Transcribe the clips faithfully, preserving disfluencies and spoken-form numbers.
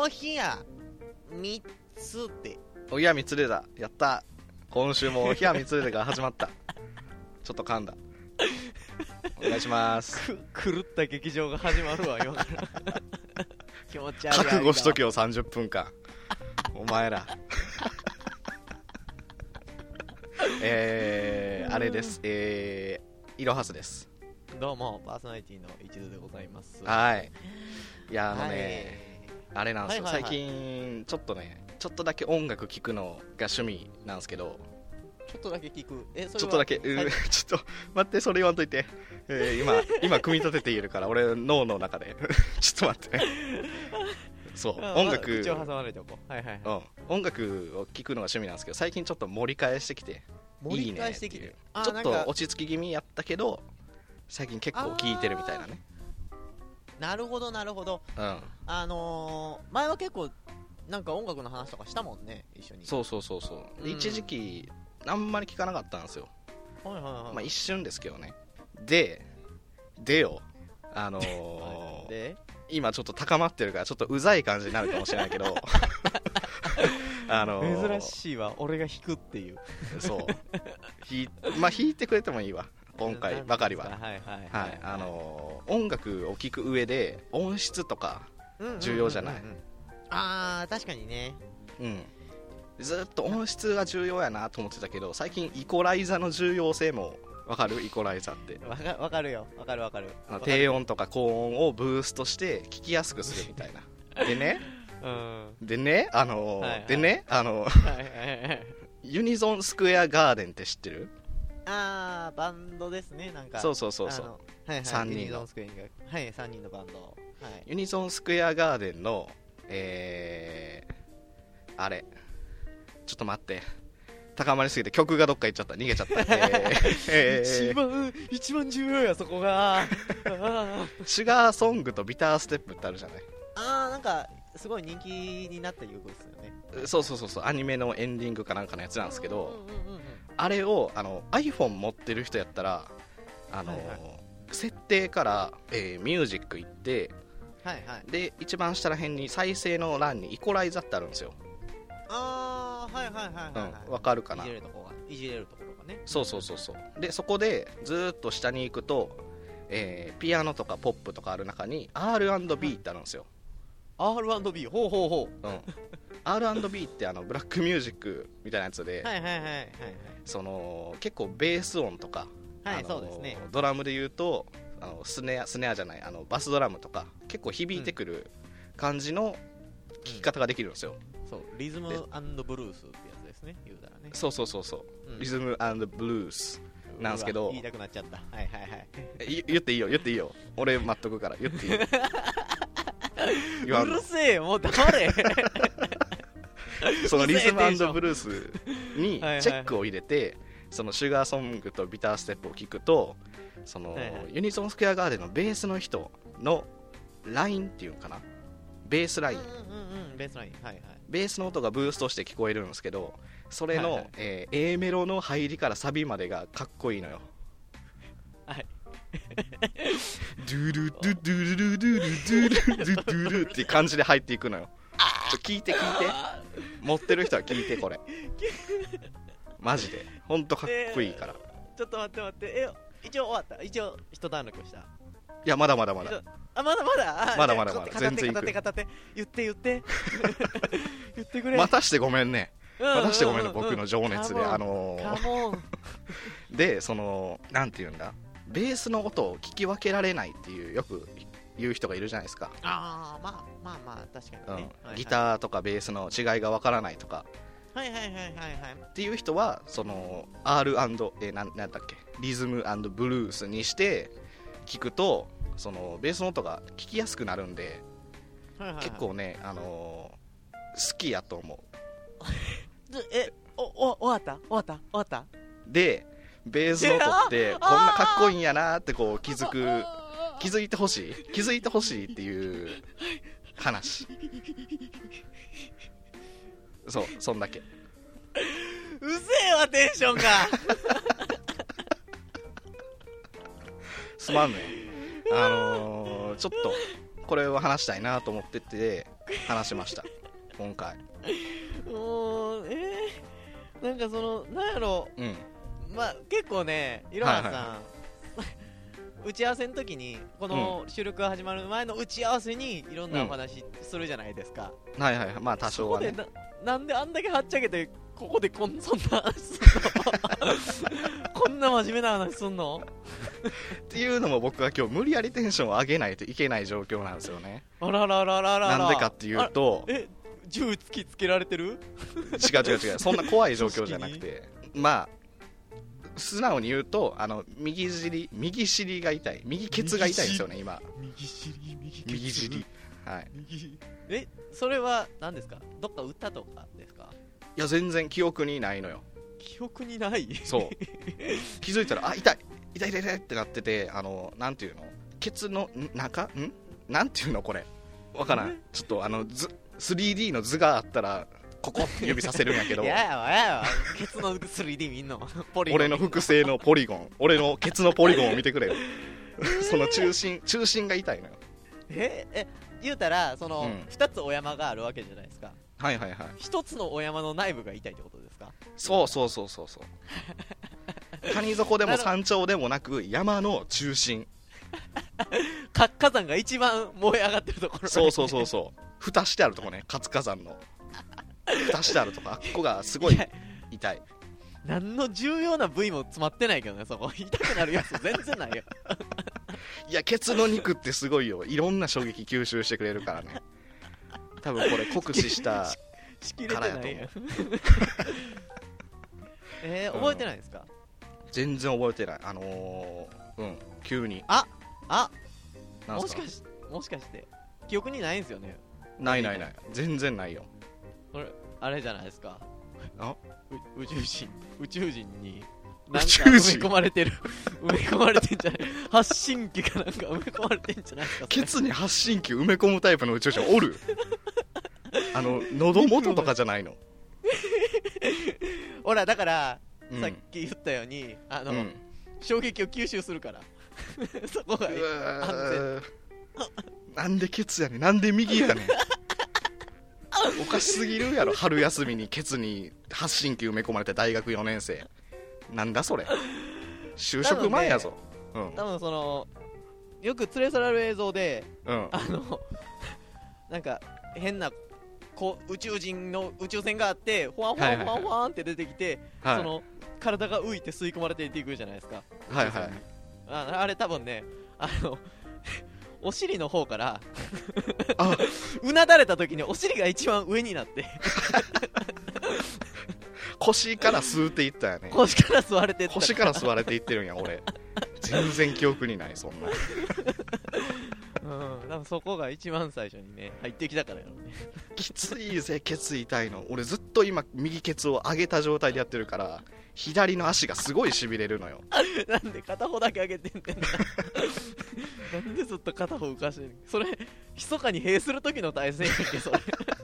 おひやみっつでおひやみつれだ。やった。今週もおひやみつれが始まったちょっと噛んだ。お願いします。 狂った劇場が始まるわ今から気持ち悪い。 覚悟しとけよさんじゅっぷんかんお前らえー、あれです。えー、いろはすです。 どうもパーソナリティの一途でございます。 はい。いやあのね、はい、あれなんですよ、 はいはいはい、 最近ちょっとねちょっとだけ音楽聴くのが趣味なんですけど。 ちょっとだけ聞く。え、それはちょっとだけ、うん、ちょっと待って、それ言わんといて、えー、今今組み立てているから俺脳の中でちょっと待ってそう音楽、 口を挟まれておこう。はいはいはい、 うん、音楽を聴くのが趣味なんですけど、最近ちょっと盛り返してきて盛り返してきていいねっていう、 ちょっと落ち着き気味やったけど最近結構聴いてるみたいなね。 なるほどなるほど、うん、あのー、前は結構なんか音楽の話とかしたもんね、一緒に。 そうそうそうそう、うん、一時期あんまり聞かなかったんですよ、はいはいはい、まあ一瞬ですけどね。ででよあのー、で今ちょっと高まってるからちょっとうざい感じになるかもしれないけどあのー、 珍しいわ、俺が弾くっていうそうひまあ弾いてくれてもいいわ今回ばかりは。はいはいはい、あのー、音楽を聴く上で音質とか重要じゃない。 あー確かにね。うん、 ずっと音質が重要やなと思ってたけど、最近イコライザの重要性もわかる？イコライザってわか、わかるよ、わかるわかる。 低音とか高音をブーストして聞きやすくするみたいなでね、うん、でねあのーはいはい、でねあのーはいはいはい、ユニゾンスクエアガーデンって知ってる？ あーバンドですね、なんかそうそうそうそう、 はいはい、さんにんのユニゾンスクエア、はい、さんにんのバンド、はい、 ユニゾンスクエアガーデンのえー、あれちょっと待って、高まりすぎて曲がどっか行っちゃった、逃げちゃった、えーえー、 一番一番重要やそこがシュガーソングとビターステップってあるじゃない。 あーなんかすごい人気になった曲ですよね。 そうそうそうそう、アニメのエンディングかなんかのやつなんですけど、うんうんうんうん、あれをあの iPhone 持ってる人やったらあの、はいはい、設定から、えー、ミュージック行って、はいはい、で一番下ら辺に再生の欄にイコライザってあるんですよ。 あーはいはいはいはい、はい、 うん、分かるかな。 いじれるところがいじれるところがね。 そうそうそうそう。でそこでずっと下に行くと、えー、ピアノとかポップとかある中に アールアンドビー ってあるんですよ。 アールアンドビー ほうほうほう、うん、 アールアンドビー ってあのブラックミュージックみたいなやつで、 はいはいはいはい、はい、 その結構ベース音とか、 はい、そうですね、 ドラムで言うとあのスネアスネアじゃないあのバスドラムとか結構響いてくる感じの聴き方ができるんですよ、 うん、そうリズム&ブルースってやつですね、言うたらね。 そうそうそうそう、うん、リズム&ブルースなんですけど、 言いたくなっちゃった。はいはいはい。 言っていいよ言っていいよ、俺待っとくから言っていいようるせえよ、もう黙れそのリズム&ブルースにチェックを入れて、そのシュガーソングとビターステップを聞くと、その、はいはい、ユニゾンスクエアガーデンのベースの人のラインっていうのかな、ベースライン、うんうんうん、ベースライン、はいはい、 ベースの音がブーストして聞こえるんですけど、それの、はいはい、えー、A メロの入りからサビまでがかっこいいのよ。はいドゥルドゥドゥルルドゥルドゥルドゥドゥルっていう感じで入っていくのよ。ちょ聞いて聞いて、持ってる人は聞いて、これマジでほんとかっこいいから、 えー、ちょっと待って待って、え一応終わった、一応一段落した。いやまだまだまだあまだまだまだまだまだ全然いく。 片手片手言って言って言ってくれ。 またしてごめんね、またしてごめんね、僕の情熱で、あのー、でそのなんていうんだ、ベースの音を聞き分けられないっていうよく言う人がいるじゃないですか。 ああまあまあまあ確かにね、 うん、ギターとかベースの違いが分からないとか、 はいはいはいはいはいっていう人はその アール& えー、な, なんだっけリズム&ブルースにして聞くと、そのベースの音が聞きやすくなるんで、はいはいはい、結構ね、あのー、好きやと思うえおお終わった終わった終わった。 でベースの音ってこんなかっこいいんやなってこう気づく、気づいてほしい気づいてほしいっていう話そうそんだけ。 うぜえわテンションがすまんね、あのー、ちょっとこれを話したいなと思ってて、 話しました今回。 もうえー、なんかそのなんやろ、うん、まあ結構ねいろはさん、はいはいはい、打ち合わせの時にこの収録が始まる前の打ち合わせにいろんなお話するじゃないですか、 うん、はいはいはい、まあ多少はね。 そこで な, なんであんだけはっちゃけてここでこんそんな話すんのこんな真面目な話すんのっていうのも僕は今日無理やりテンションを上げないといけない状況なんですよね。 あらららららら。 なんでかっていうと、 え銃突きつけられてる？ 違う違う違う、そんな怖い状況じゃなくてまあ素直に言うと、あの右尻右尻が痛い、右ケツが痛いんですよね今。 右尻右右尻、はい。 えそれは何ですか？どっか打ったとかですか？ いや全然記憶にないのよ。 記憶にない？ そう気づいたらあ痛い痛い痛い痛いってなってて、あのなんていうの、ケツの中んなんていうのこれわからん。ちょっとあの図 スリーディー の図があったらここって指させるんやけどいややわやわケツの スリーディー 見んのポリゴン、 俺の複製のポリゴン、俺のケツのポリゴンを見てくれよその中心中心が痛いのよ。 ええ言うたらその、うん、ふたつお山があるわけじゃないですか。 はいはいはい。 ひとつのお山の内部が痛いってことですか？ そうそうそうそうそう谷底でも山頂でもなく山の中心活火山が一番燃え上がってるところ、ね、 そうそうそうそう、蓋してあるとこね、活火山の蓋してあるとこ、あっこがすごい痛い。 何の重要な部位も詰まってないけどね、そこ痛くなるやつ全然ないよいやケツの肉ってすごいよ、いろんな衝撃吸収してくれるからね。多分これ酷使したからやと思うえー、覚えてないですか？ うん、全然覚えてない。あのー、うん急にああもしかしもしかして記憶にないんですよね？ ないないない、全然ないよ。 これあれじゃないですか、 あ宇宙人宇宙人になんか埋め込まれてる埋め込まれてんじゃない発信機かなんか埋め込まれてんじゃないですか？ ケツに発信機埋め込むタイプの宇宙人おるあの喉元とかじゃないのほらだから、うん、さっき言ったようにあの、うん、衝撃を吸収するからそこが安全なんでケツやねん、なんで右やねんおかしすぎるやろ春休みにケツに発信機埋め込まれて大学よねん生なんだそれ、就職前やぞ。多 分,、 ねうん、多分そのよく連れ去られる映像で、 うん、 あのなんか変なこう宇宙人の宇宙船があってフワンフワンフワンフワンって出てきて、はいはいはい、その体が浮いて吸い込まれていっていくじゃないですか。 はいはい。 あ, あれ多分ねあのお尻の方からうなだれた時にお尻が一番上になって腰から吸っていったよね。 腰から吸われていった腰から吸われていってるんや俺全然記憶にないそんなうん、多分そこが一番最初にね入ってきたからやろうねきついぜケツ痛いの。俺ずっと今右ケツを上げた状態でやってるから左の足がすごいしびれるのよなんで片方だけ上げてんねんななんでずっと片方浮かしてんねん。それ密かに閉する時の体勢やんけそれ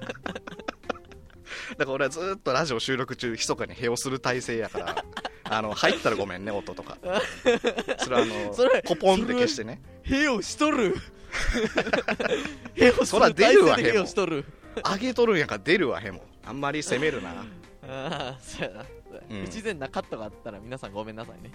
だから俺はずっとラジオ収録中密かに閉をする体勢やからあの入ったらごめんね音とかそれはあのそれコポンって消してね閉をしとるそら出るわヘモ上げとるんやから出るわヘモ。あんまり攻めるなああそうやな、うん、不自然なカットがあったら皆さんごめんなさいね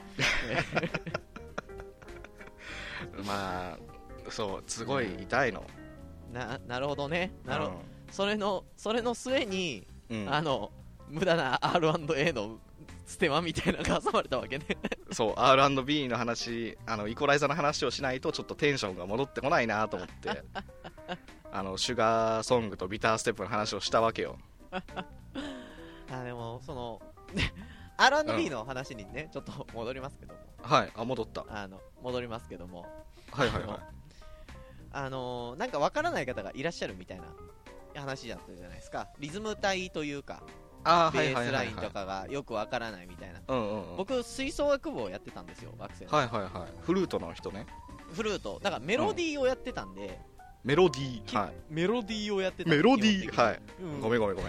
まあそうすごい痛いの、 うん、な, なるほどねなる、うん、それのそれの末に、うん、あの無駄な アールアンドエー のステマみたいなのが挟まれたわけねそう アールアンドビー の話、あのイコライザーの話をしないとちょっとテンションが戻ってこないなと思ってあのシュガーソングとビターステップの話をしたわけよあでもそのアールアンドビー の話にね、うん、ちょっと戻りますけども、 はいあ戻ったあの戻りますけどもはいはいはいあのなんかわからない方がいらっしゃるみたいな話だったじゃないですか。リズム体というかあベースラインとかがよくわからないみたいな、 うんうんうん、 僕吹奏楽部をやってたんですよ学生の。 はいはいはいフルートの人ね。 フルートだからメロディーをやってたんで、 うん、メロディーはいメロディーをやってたメロディーはい、うん、ごめんごめんごめん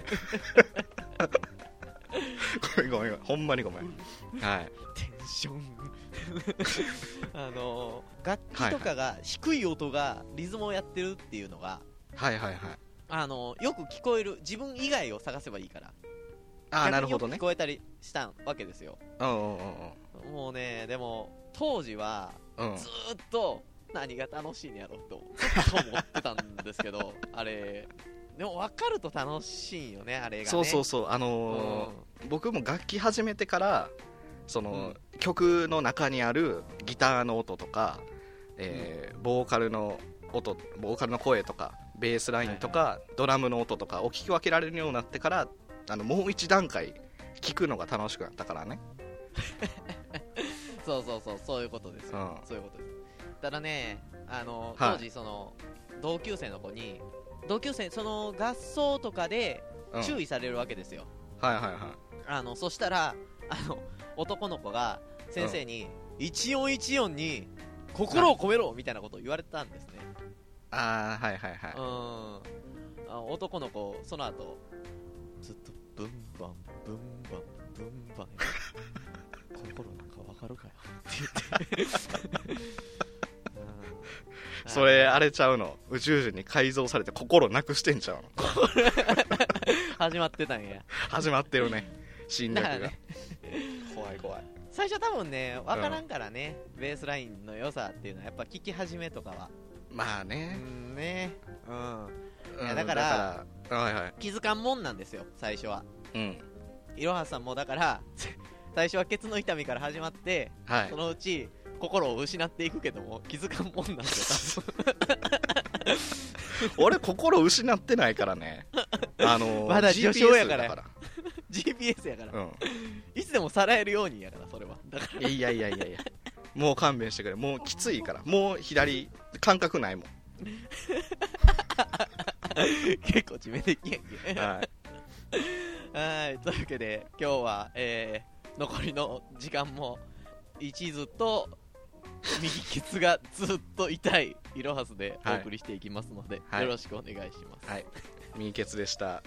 ごめんごめんほんまにごめんはいテンションあの楽器とかが低い音がリズムをやってるっていうのがはいはいはいあのよく聞こえる自分以外を探せばいいから。 ああ、なるほどね。 聞こえたりしたわけですよ。 うんうんうんうん。もうね、でも当時はずーっと何が楽しいんやろとずっと思ってたんですけどあれでも分かると楽しいよね、あれがね。 そうそうそう、あのーうん、僕も楽器始めてからその、うん、曲の中にあるギターの音とか、えーうん、ボーカルの音、ボーカルの声とかベースラインとか、はいはい、ドラムの音とかを聞き分けられるようになってから、あのもう一段階聞くのが楽しくなったからねそうそうそう、そういうことですよ、うん、そういうことです。ただね、あの当時その、はい、同級生の子に同級生その合奏とかで注意されるわけですよ、 うん、はいはいはい。 あのそしたらあの男の子が先生に、うん、一音一音に心を込めろみたいなことを言われたんですね。 ああ、はいはいはい。 うん、あ男の子その後ずっとブンバンブンバンブンバン心なんかわかるかよって言って、 うん、それあれちゃうの、宇宙人に改造されて心なくしてんちゃうの始まってたんや。 始まってるね、侵略が、ね、怖い怖い。 最初多分ね分からんからね、うん、ベースラインの良さっていうのはやっぱ聞き始めとかはまあね、 うんね、うん、いやだから、うん、だから、はいはい、気づかんもんなんですよ最初は。うん、いろはさんもだから最初はケツの痛みから始まって、はい、そのうち心を失っていくけども気づかんもんなんですよ俺心失ってないからね、あのー、 まだ序章やから ジーピーエス やから、うん、いつでもさらえるようにやからそれは。だからいやいやいやいやもう勘弁してくれ、もうきついから、もう左感覚ないもん結構致命的やんけはいはいというわけで今日は、えー、残りの時間も一途と右ケツがずっと痛いいろはすでお送りしていきますので、はい、よろしくお願いします。 はい、右ケツでした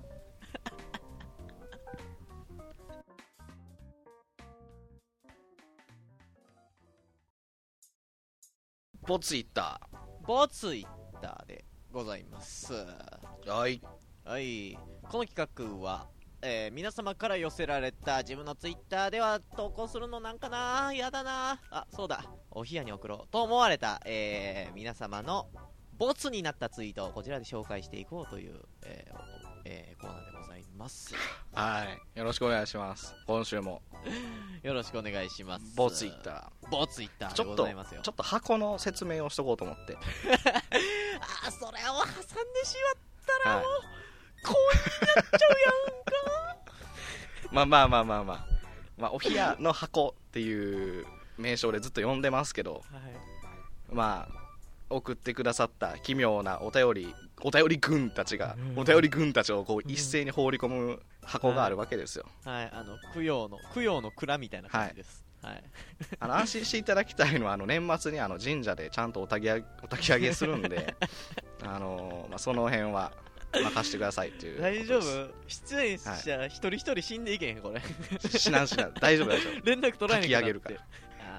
ボツイッターボツイッターでございます。 はいはい、この企画は、えー、皆様から寄せられた自分のツイッターでは投稿するのなんかな、やだなあ、そうだお冷やに送ろうと思われた、えー、皆様のボツになったツイートをこちらで紹介していこうという、えーえー、コーナーでございます。 はい、よろしくお願いします。今週もよろしくお願いします。 ボツイッターボツイッターでございますよ。 ちょっと箱の説明をしとこうと思ってあ、それを挟んでしまったらもう、はい、こうなっちゃうやんかまあまあまあまあまあ、まあ、お冷やの箱っていう名称でずっと呼んでますけど、はい、まあ送ってくださった奇妙なお便りお便り軍たちが、うん、お便り軍たちをこう一斉に放り込む箱があるわけですよ。 はい、はい、あの供養の供養の蔵みたいな感じです。はいはい、 あの安心していただきたいのはあの年末にあの神社でちゃんとおたき上げ、おたき上げするんであの、まあ、その辺は任してくださいっていう。 大丈夫？出演者、はい、一人一人死んでいけへんこれ死なん死なん大丈夫大丈夫連絡取られへんから書き上げるから。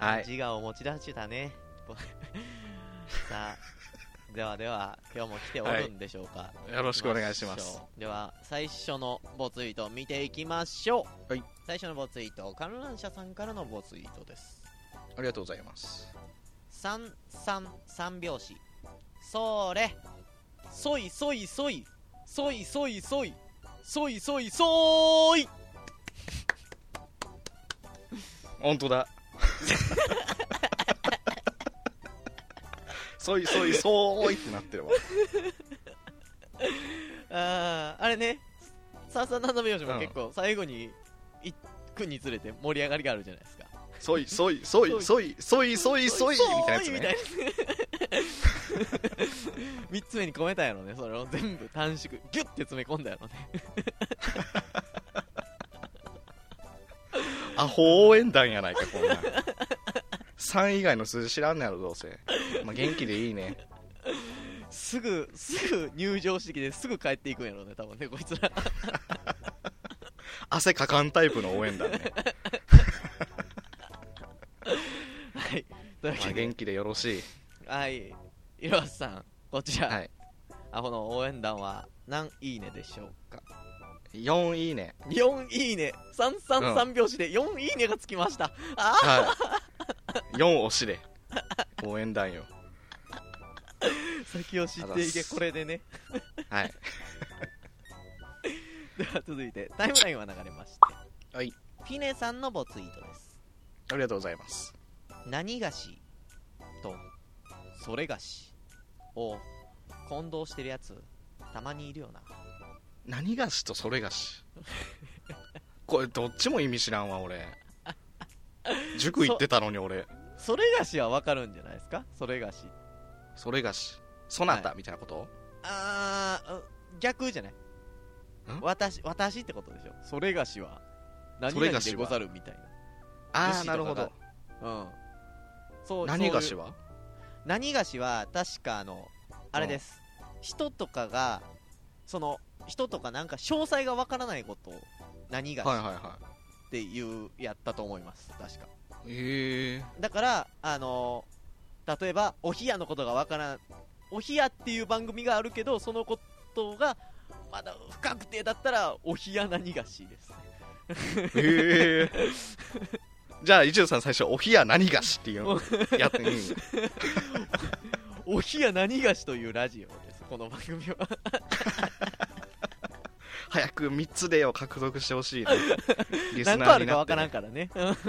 はい、自我を持ち出したねさあではでは今日も来ておるんでしょうか、はい、よろしくお願いします。 では最初のボツイート見ていきましょう。はい、最初のボツイート観覧車さんからのボツイートです。 ありがとうございます。 三三三拍子それそいそいそいそいそいそいそいそいそい本当だそいそいそーいってなってるわあーあれね、さあさあなな拍子も結構最後に行くにつれて盛り上がりがあるじゃないですか。 そいそいそいそいそいそいそいみたいなやつねみっつめに込めたやろね、それを全部短縮ギュッて詰め込んだやろねアホ応援団やないかこんなんさん以外の数字知らんのやろどうせ、まあ、元気でいいねすぐすぐ入場してきてすぐ帰っていくんやろね多分ねこいつら汗かかんタイプの応援団ねはいというわけで、 まあ、元気でよろしい。 はい、いろはさんこちら、はい、 アホの応援団は何いいねでしょうか。 よんいいね。 よんいいね。さんさんさん拍子でよんいいねがつきました。あはい、よん押しで応援団よ。 先を知っていけ、これでね。 はい。 では続いてタイムラインは流れまして、 はい、 フィネさんのボツイートです。 ありがとうございます。 何菓子とそれ菓子を混同してるやつたまにいるよな。 何菓子とそれ菓子これどっちも意味知らんわ俺。塾行ってたのに俺。 そ, それ菓子は分かるんじゃないですか。それ菓子それ菓子そなたみたいなこと、はい、 あー逆じゃない。私私ってことでしょ。それ菓子は何々でござるみたいな。 ああなるほど。 うんそう。 何菓子は何菓子は確かあのあれです、うん、人とかがその人とかなんか詳細がわからないことを何菓子っていうやったと思います、確か。 へえ。 だからあの例えばお冷やのことがわからん、お冷やっていう番組があるけどそのことがまだ不確定だったらお冷や何菓子ですね。 へえ。じゃあ一応さん最初お冷や何菓子っていうのやってみる。 お冷や何菓子というラジオですこの番組は。 早くみっつでを獲得してほしいな。 リスナーになって、ね、何個あるかわからんからね。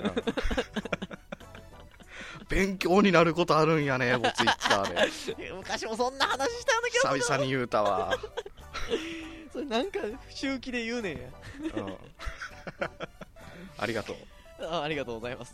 勉強になることあるんやね、もうツイッターで。昔もそんな話したんだけど。 久々に言うたわ。 それなんか周期で言うねんや。 うん、ありがとう。 あ, ありがとうございます。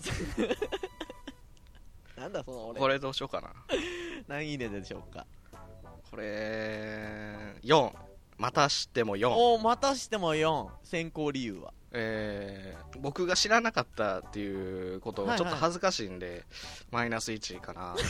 なんだその俺。 これどうしようかな。 何いいねでしょうか。 これよん。またしてもよん。 おまたしてもよん。選考理由は、 えー、僕が知らなかったっていうことがちょっと恥ずかしいんで、はいはい、マイナスいちかな。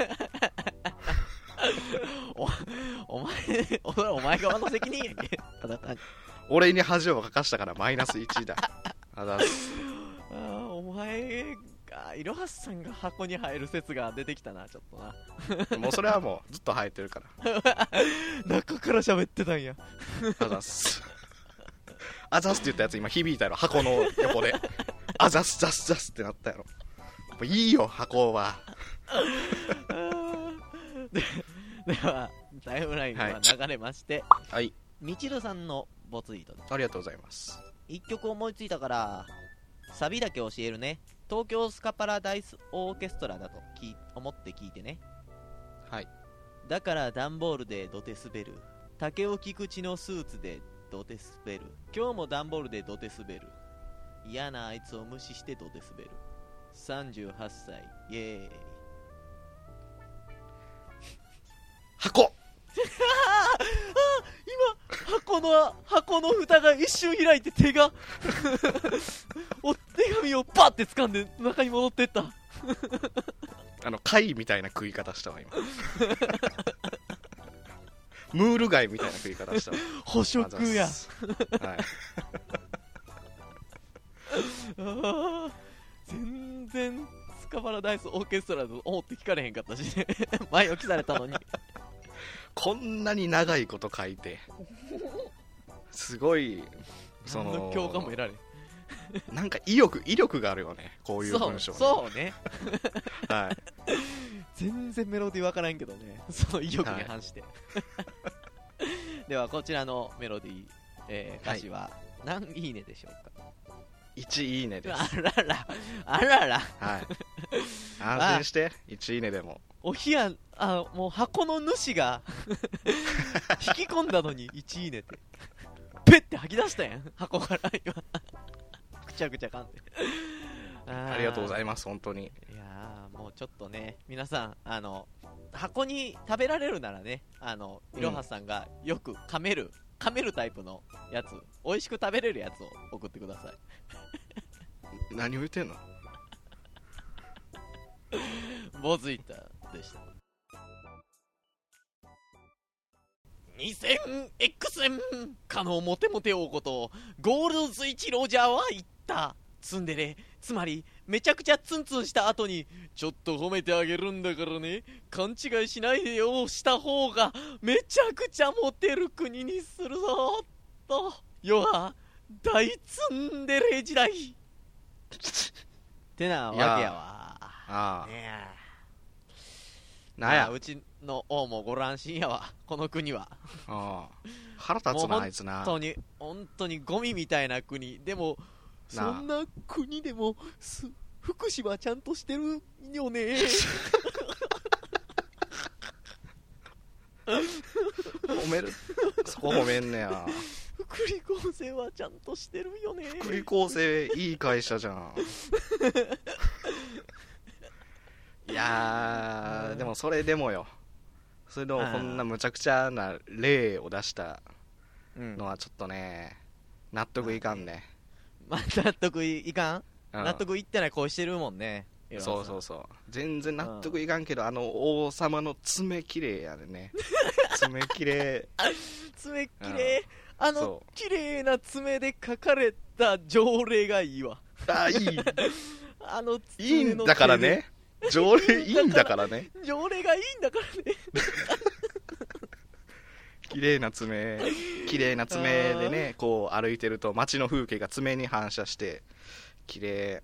お, お前お前側の責任やんけ。 俺に恥をかかしたからマイナスいちだ。あだす。 あお前がいろはさんが箱に入る説が出てきたな、ちょっとな。 もうそれはもうずっと生えてるから。 中から喋ってたんや。 あざす。あざすって言ったやつ今響いたやろ、箱の横で。あざすざすざすってなったやろ。もういいよ箱は。 で, ではタイムラインが流れまして、 はい、 みちるさんのボツイートです。 ありがとうございます。 いっきょく思いついたからサビだけ教えるね。東京スカパラダイスオーケストラだとき思って聞いてね。 はい。 だから段ボールで土手滑る、竹置口のスーツで土手滑る、今日も段ボールで土手滑る、嫌なあいつを無視して土手滑る、さんじゅうはっさいイエーイ。 箱今箱の箱の蓋が一瞬開いて手がお手紙をパッて掴んで中に戻ってった。 あの貝みたいな食い方したわ今。ムール貝みたいな食い方したわ。 捕食や。はい。全然スカパラダイスオーケストラと思って聞かれへんかったしね。前置きされたのに。 こんなに長いこと書いてすごいその共感も得られなんか威力威力があるよね、こういう文章、ね、 そうそうね。 はい。 全然メロディーわからんけどね、その威力に反して、はい、ではこちらのメロディー、えー、歌詞は何いいねでしょうか。 いちいいねです。 あららあらら、 はい、安心していちいいねでも。 お冷やあもう箱の主が引き込んだのにいちいいねってペッて吐き出したやん箱から今くちゃくちゃかんって。 ありがとうございます。本当に。 いやもうちょっとね皆さんあの箱に食べられるならね、あのいろはさんがよく噛める、うん、噛めるタイプのやつ、美味しく食べれるやつを送ってください。 何を言ってんの。 ボツイッターでした。 にせんエックス 円かのモテモテ王ことゴールドスイッチロジャーは言った。ツンデレ、つまりめちゃくちゃツンツンした後にちょっと褒めてあげるんだからね、勘違いしないでよした方がめちゃくちゃモテる国にするぞと、要は大ツンデレ時代ってなわけやわ。 ああ、 ねえ、 なんや、 まあうちの王もご乱心やわ、この国は。 ああ、腹立つもうなあいつな。 本当に本当にゴミみたいな国でも、 なあそんな国でもす福祉はちゃんとしてるよね褒める、そこ褒めんねや。 福利厚生はちゃんとしてるよね。 福利厚生いい会社じゃん。いやー、でもそれでもよ、それでもこんなむちゃくちゃな例を出したのはちょっとね、納得いかんね。 まあ、納得いかん、 うん、 納得いってない声してるもんね。 そうそうそう、全然納得いかんけど、あの王様の爪きれいやね。爪きれい爪きれい、うん、あのきれいな爪で書かれた条例がいいわ。 あ、いいあのいいんだからね、条例いいんだからね、 条例がいいんだからね綺麗な爪、綺麗な爪でね、こう歩いてると街の風景が爪に反射して綺麗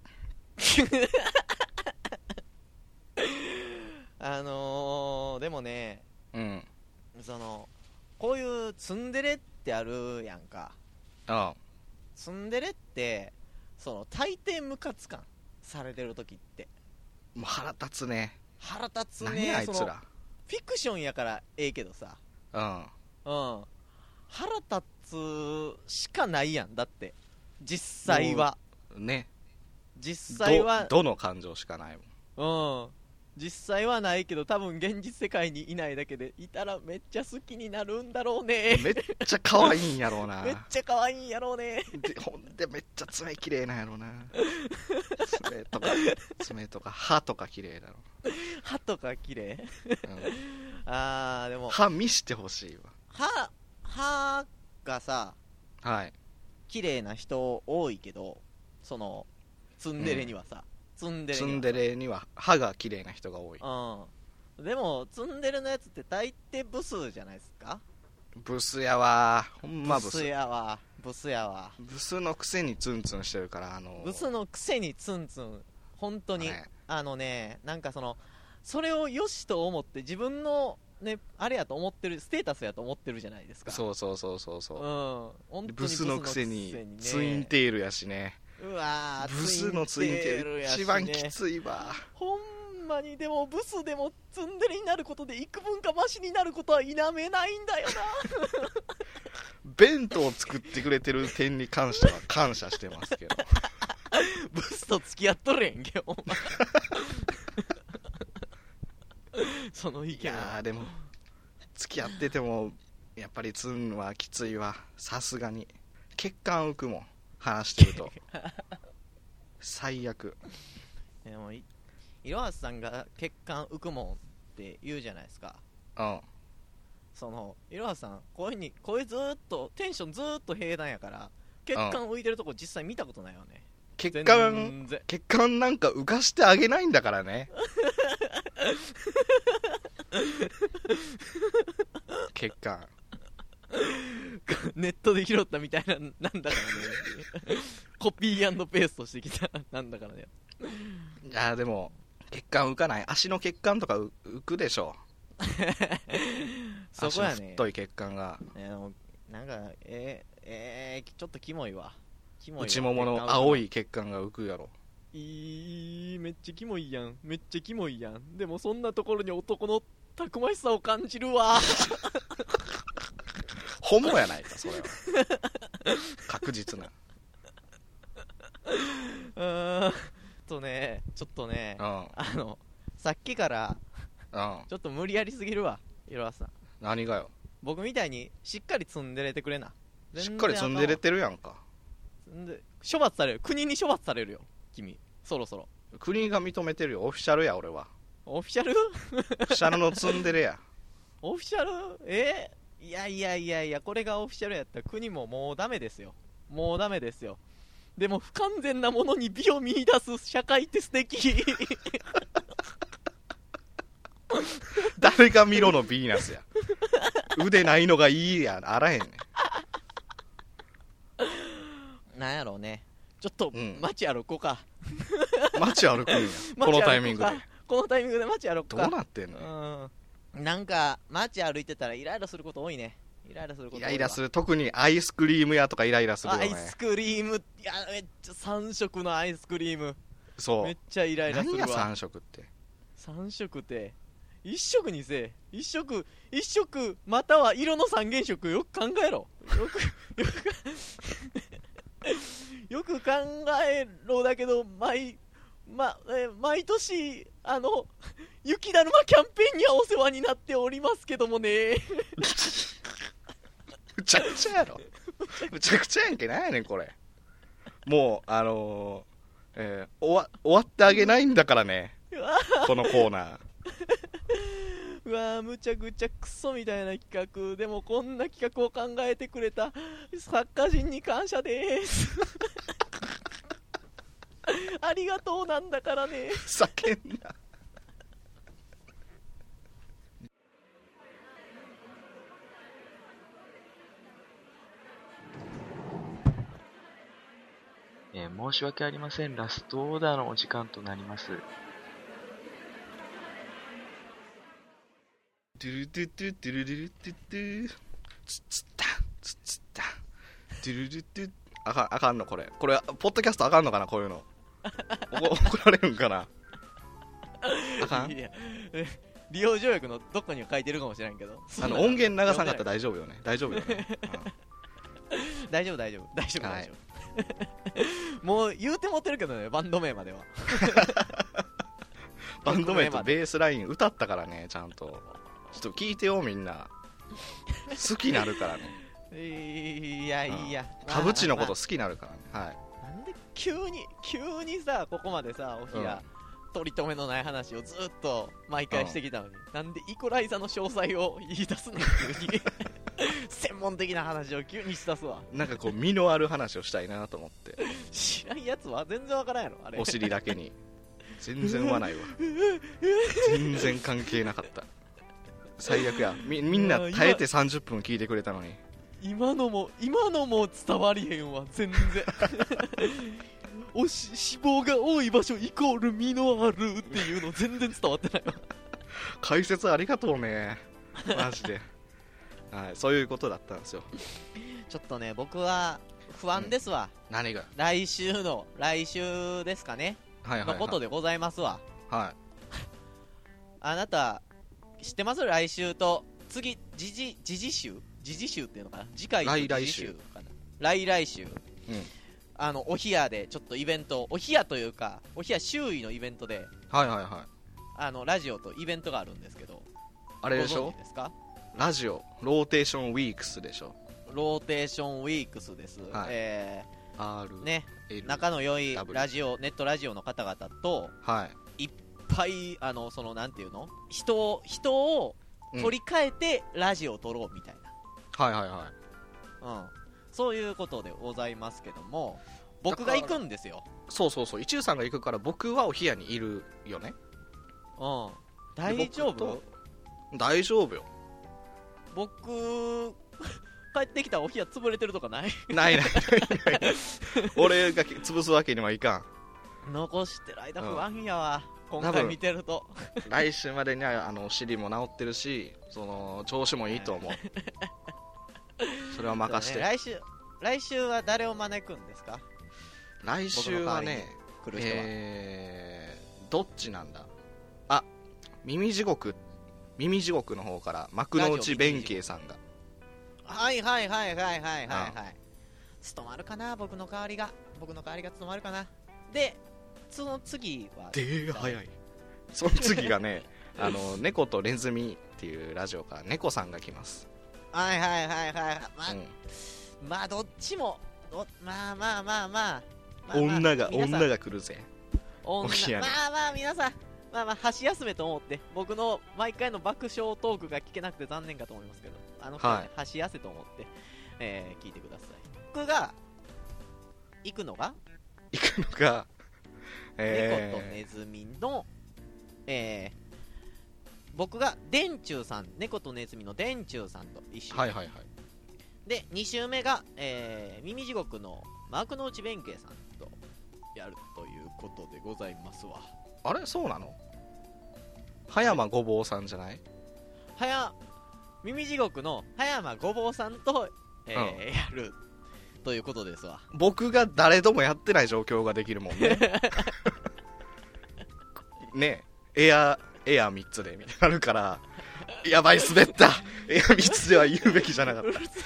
あのー、でもね、 うん、 そのこういうツンデレってあるやんか。 ああ、 ツンデレってその大抵ムカつかんされてる時ってもう腹立つね。 腹立つね。 何あいつら。 そのフィクションやからええけどさ、 うん、 うん、腹立つしかないやん。だって実際はね、 実際はど, どの感情しかないもん。うん、実際はないけど多分現実世界にいないだけでいたらめっちゃ好きになるんだろうね。 めっちゃ可愛いんやろうなめっちゃ可愛いんやろうね。 でほんでめっちゃ爪綺麗なんやろうな爪とか爪とか歯とか綺麗だろ歯とか綺麗、 うん、 あーでも歯見してほしいわ。 歯歯がさ、 はい、 綺麗な人多いけど、そのツンデレにはさ、うん、ツンデレにはツンデレには歯が綺麗な人が多い。 うん、でもツンデレのやつって大抵ブスじゃないですか。 ブスやわ、ほんまブス。 ブスやわ、ブスやわ。 ブスのくせにツンツンしてるから、あのー、 ブスのくせにツンツン、本当に、ね、あのね、なんかそのそれを良しと思って自分のね、あれやと思ってる、ステータスやと思ってるじゃないですか。 そうそうそうそうそう、うん、 本当にブスのくせに、ね、ツインテールやしね。 うわー、 ブスのツインテール一番きついわ。 ほんまに。でもブスでもツンデレになることで幾分かマシになることは否めないんだよな弁当を作ってくれてる点に関しては感謝してますけどブスと付き合っとるやんけお前その意見。いやーでも付き合っててもやっぱりツンはきついわ。さすがに血管浮くもん、話してると最悪。 でもいろはさんが血管浮くもんって言うじゃないですか。 うん、 そのいろはさん声に声ずーっとテンションずーっと平坦やから血管浮いてるとこ実際見たことないよね。 血管血管なんか浮かしてあげないんだからね血管ネットで拾ったみたいな、なんだからねコピー&ペーストしてきたなんだからね。 いやでも血管浮かない。足の血管とか浮くでしょそこやね。 足の太い血管が、 えー、なんかえー、えー、ちょっとキモいわ。キモいわ。 内ももの青い血管が浮くやろ。 いい、めっちゃキモいやん、めっちゃキモいやん。でもそんなところに男のたくましさを感じるわホモやないかそれは確実なうーんとね、ちょっとね、うん、あのさっきから、うん、ちょっと無理やりすぎるわ、いろはさん。 何がよ。 僕みたいにしっかり積んでれてくれな。 しっかり積んでれてるやんか。 で処罰される、国に処罰されるよ君、そろそろ。 国が認めてるよ、オフィシャルや俺は。 オフィシャルオフィシャルの積んでれやオフィシャル、えー、いやいやいやいや、これがオフィシャルやったら国ももうダメですよ、もうダメですよ。 でも不完全なものに美を見出す社会って素敵誰がミロのヴィーナスや。腕ないのがいいやあらへんねん。なんやろうね、ちょっと街歩こうか、 うん、街歩くんやこのタイミングでこのタイミングで街歩こうか。 どうなってんの、 うん、なんか街歩いてたらイライラすること多いね。イライラすること多いわ。 イライラする。特にアイスクリーム屋とかイライラするよね。 アイスクリーム、いやめっちゃさん色のアイスクリーム、 そうめっちゃイライラするわ。 何やさん色って。 さん色っていっ色にせえ。いっ色いっ色または色の三原色。よく考えろ。よくよくよく考えろ。だけど毎まえ毎年あの雪だるまキャンペーンにはお世話になっておりますけどもねむちゃくちゃやろ。むちゃくちゃやんけ。なんやねんこれ。もうあのーえー、終わ終わってあげないんだからねこのコーナーうわー、むちゃくちゃクソみたいな企画。でもこんな企画を考えてくれた作家陣に感謝ですありがとうなんだからね。 叫んだ。 えー、申し訳ありません。ラストオーダーのお時間となります。 ドゥルドゥドゥドゥルルルドゥドゥツツタツツタドゥルルドゥ。あかんあかんのこれ。これポッドキャストあかんのかなこういうの。怒られるんかな。あかん。 いや利用条約のどこには書いてるかもしれんけど、 あの音源流さなかったら大丈夫よね。大丈夫よね、 うん、大丈夫大丈夫大丈夫大丈夫もう言うてもってるけどね、バンド名まではバンド名とベースライン歌ったからね。ちゃんとちょっと聞いてよみんな。好きになるからねいやいや、 うん、田淵のこと好きになるからね、はい。 なんで急に急にさここまでさおひや、うん、取り留めのない話をずっと毎回してきたのに、うん、なんでイコライザの詳細を言い出すねん急に専門的な話を急にしだすわ。 なんかこう身のある話をしたいなと思って知らんやつは全然わからんやろあれ。 お尻だけに全然合わないわ全然関係なかった。最悪や。 み, みんな耐えてさんじゅっぷん聞いてくれたのに今のも今のも伝わりへんわ全然おし脂肪が多い場所イコール身のあるっていうの全然伝わってないわ解説ありがとうねマジではい、そういうことだったんですよ。 ちょっとね僕は不安ですわ、 うん、何が。 来週の来週ですかね、はいはいはい、のことでございますわ。 はいあなた知ってます？来週と次時事時事集時事集っていうのかな、次回来来週かな、来来週、うん、あのおひやでちょっとイベント、おひやというかおひや周囲のイベントで、 はいはいはい、 あのラジオとイベントがあるんですけど、 あれでしょ、 ご存知ですか？ ラジオローテーションウィークスでしょ。 ローテーションウィークスです、はい、えー、 R ね、仲の良いラジオネットラジオの方々と、 はい、 いっぱいあのそのなんていうの、人を人を取り替えてラジオを撮ろうみたいな、うん、はいはいはい、 うん、そういうことでございますけども、僕が行くんですよ。 そうそうそう、一流さんが行くから僕はお部屋にいるよね。 うん、大丈夫？ 大丈夫よ。 僕帰ってきたらお部屋潰れてるとかない？ ないないないない俺が潰すわけにはいかん。残してる間不安やわ、うん、今回見てると来週までにはあの尻も治ってるし、その調子もいいと思うそれは任して、 ね、来週来週は誰を招くんですか？ 来週はね、 来る人は、 えー、どっちなんだ。あ、耳地獄耳地獄の方から幕の内弁慶さんが、 はいはいはいはいはいはいはい、務まるかな、僕の代わりが僕の代わりが務まるかな。でその次はで早いその次がねあの猫とレンズミっていうラジオから猫さんが来ます。 はいはいはいはい、まあ、うん、まあどっちもどまあまあまあまあ、まあ、 女が女が来るぜ。 女まあまあ皆さんまあまあ箸休めと思って僕の毎回の爆笑トークが聞けなくて残念かと思いますけど、あの、ね、はい、箸休めと思って、えー、聞いてください。僕が行くのが行くのが、 えー、猫とネズミの、えー、僕が電柱さん、猫とネズミの電柱さんと一緒、 はいはいはい、 でに週目が、えー、耳地獄の幕の内弁慶さんとやるということでございますわ。 あれそうなの？葉山ごぼうさんじゃない？ はや耳地獄の葉山ごぼうさんと、えーうん、やるということですわ。 僕が誰ともやってない状況ができるもんねねえ、エアエアみっつでみたいになるからやばい滑ったエアみっつでは言うべきじゃなか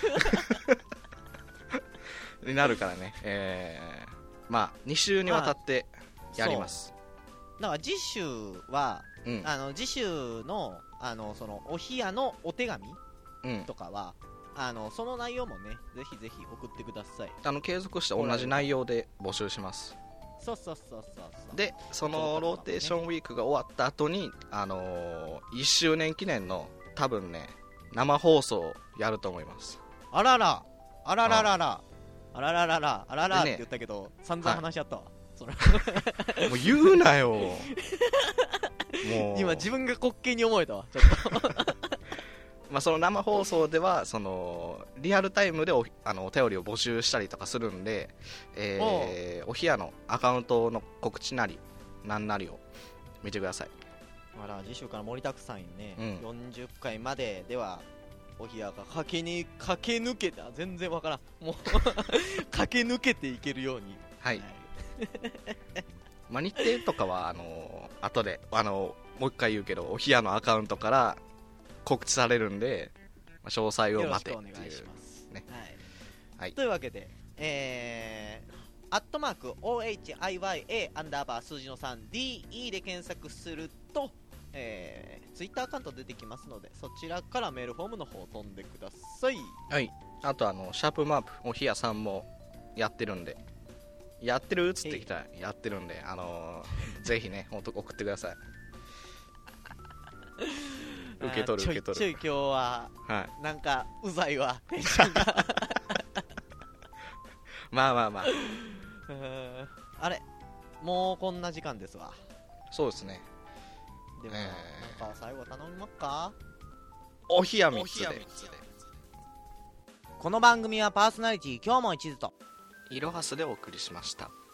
ったになるからね、えー、まあに週にわたってやります、 まあ、だから次週は、うん、あの次週のあのそのお冷やのお手紙とかは、うん、あのその内容もねぜひぜひ送ってください。 あの継続して同じ内容で募集します。 そうそうそうそうそうでそのローテーションウィークが終わった後に、あのー、いっしゅうねん記念の多分ね生放送をやると思います。 あららあららららあららららあららって言ったけど、ね、散々話し合ったわ、はい、それもう言うなよもう今自分が滑稽に思えたわちょっとまあその生放送ではそのリアルタイムで お, あのお便りを募集したりとかするんで、えー、お冷やのアカウントの告知なりなんなりを見てください。 あら次週から盛りだくさんよね、うん、よんじゅっかいまでではお冷やが駆けに駆け抜けた全然わからんもう駆け抜けていけるようにはい、はいまあ、日程とかはあのー、後であのー、もう一回言うけどお冷やのアカウントから告知されるんで、まあ、詳細を待てっていう、ね、 よろしくお願いします、はいはい、 というわけでえーアットマーク オーエイチアイワイエー アンダーバー数字の スリーディーイー で検索すると、えー、ツイッターアカウント出てきますのでそちらからメールフォームの方飛んでください。 はい。あとあのシャープマープお冷やさんもやってるんでやってるっつってきたらやってるんで、あのー、ぜひね送ってください受け取る受け取る。 ちょいちょい今日は、 はい、 なんかうざいわテンションがまあまあまああれもうこんな時間ですわ。 そうですね。 でも、えー、なんか最後頼みますか。 お冷やみっつで。 この番組はパーソナリティ今日も一途といろはすでお送りしました。